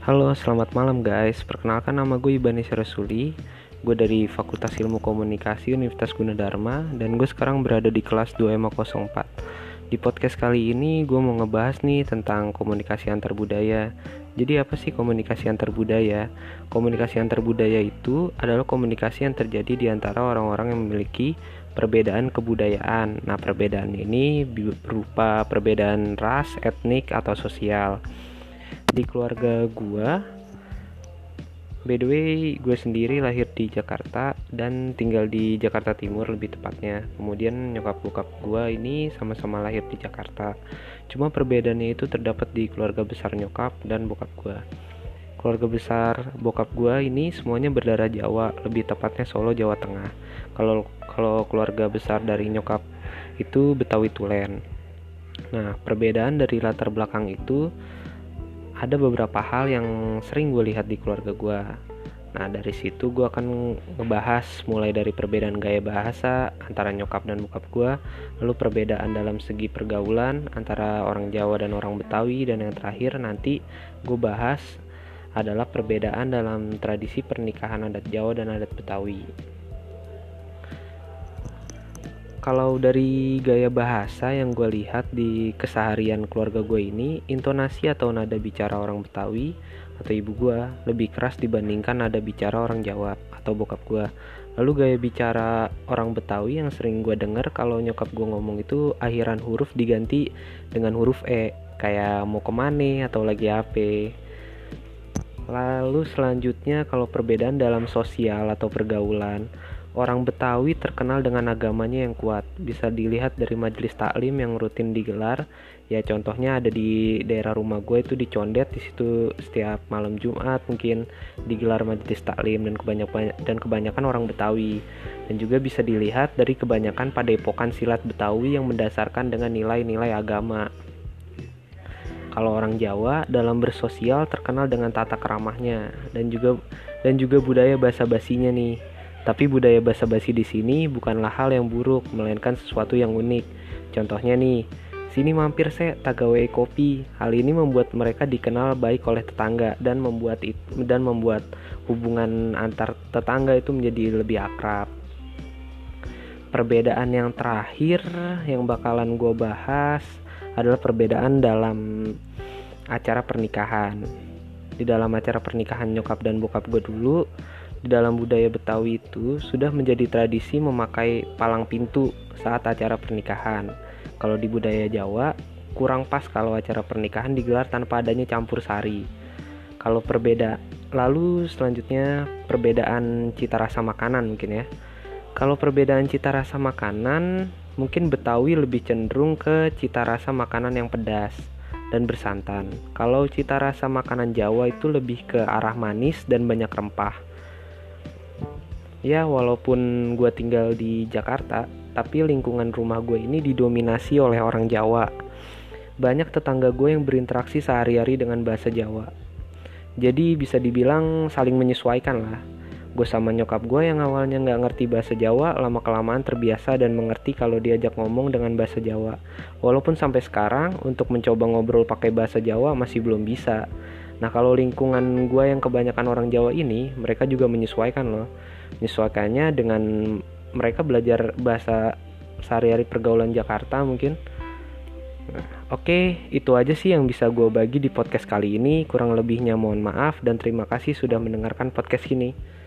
Halo, selamat malam guys. Perkenalkan nama gue Ibanis Rasuli. Gue dari Fakultas Ilmu Komunikasi Universitas Gunadarma dan gue sekarang berada di kelas 2 MA04. Di podcast kali ini gue mau ngebahas nih tentang komunikasi antar budaya. Jadi apa sih komunikasi antar budaya? Komunikasi antar budaya itu adalah komunikasi yang terjadi di antara orang-orang yang memiliki perbedaan kebudayaan. Nah, perbedaan ini berupa perbedaan ras, etnik, atau sosial. Di keluarga gue, by the way, gue sendiri lahir di Jakarta dan tinggal di Jakarta Timur lebih tepatnya. Kemudian nyokap bokap gue ini sama-sama lahir di Jakarta. Cuma perbedaannya itu terdapat di keluarga besar nyokap dan bokap gue. Keluarga besar bokap gue ini semuanya berdarah Jawa, lebih tepatnya Solo, Jawa Tengah. Kalau keluarga besar dari nyokap itu Betawi Tulen. Nah, perbedaan dari latar belakang itu ada beberapa hal yang sering gue lihat di keluarga gue. Nah, dari situ gue akan ngebahas mulai dari perbedaan gaya bahasa antara nyokap dan bokap gue, lalu perbedaan dalam segi pergaulan antara orang Jawa dan orang Betawi, dan yang terakhir nanti gue bahas adalah perbedaan dalam tradisi pernikahan adat Jawa dan adat Betawi. Kalau dari gaya bahasa yang gue lihat di keseharian keluarga gue ini, intonasi atau nada bicara orang Betawi atau ibu gue lebih keras dibandingkan nada bicara orang Jawa atau bokap gue. Lalu gaya bicara orang Betawi yang sering gue denger kalau nyokap gue ngomong itu akhiran huruf diganti dengan huruf E, kayak mau kemana atau lagi apa. Lalu selanjutnya kalau perbedaan dalam sosial atau pergaulan, orang Betawi terkenal dengan agamanya yang kuat. Bisa dilihat dari majelis taklim yang rutin digelar. Ya contohnya ada di daerah rumah gue itu di Condet, di situ setiap malam Jumat mungkin digelar majelis taklim dan kebanyakan orang Betawi. Dan juga bisa dilihat dari kebanyakan padepokan silat Betawi yang mendasarkan dengan nilai-nilai agama. Kalau orang Jawa dalam bersosial terkenal dengan tata keramahnya dan juga budaya basa-basinya nih. Tapi budaya basa-basi di sini bukanlah hal yang buruk, melainkan sesuatu yang unik. Contohnya nih, sini mampir tak gawe kopi. Hal ini membuat mereka dikenal baik oleh tetangga dan membuat hubungan antar tetangga itu menjadi lebih akrab. Perbedaan yang terakhir yang bakalan gue bahas adalah perbedaan dalam acara pernikahan. Di dalam acara pernikahan nyokap dan bokap gue dulu, di dalam budaya Betawi itu sudah menjadi tradisi memakai palang pintu saat acara pernikahan. Kalau di budaya Jawa kurang pas kalau acara pernikahan digelar tanpa adanya campur sari. Lalu selanjutnya perbedaan cita rasa makanan mungkin ya. Kalau perbedaan cita rasa makanan, mungkin Betawi lebih cenderung ke cita rasa makanan yang pedas dan bersantan. Kalau cita rasa makanan Jawa itu lebih ke arah manis dan banyak rempah. Ya, walaupun gue tinggal di Jakarta, tapi lingkungan rumah gue ini didominasi oleh orang Jawa. Banyak tetangga gue yang berinteraksi sehari-hari dengan bahasa Jawa. Jadi bisa dibilang saling menyesuaikan lah. Gue sama nyokap gue yang awalnya gak ngerti bahasa Jawa, lama-kelamaan terbiasa dan mengerti kalau diajak ngomong dengan bahasa Jawa. Walaupun sampai sekarang untuk mencoba ngobrol pakai bahasa Jawa masih belum bisa. Nah, kalau lingkungan gue yang kebanyakan orang Jawa ini, mereka juga menyesuaikan loh. Menyesuaikannya dengan mereka belajar bahasa sehari-hari pergaulan Jakarta mungkin. Oke, itu aja sih yang bisa gue bagi di podcast kali ini. Kurang lebihnya mohon maaf dan terima kasih sudah mendengarkan podcast ini.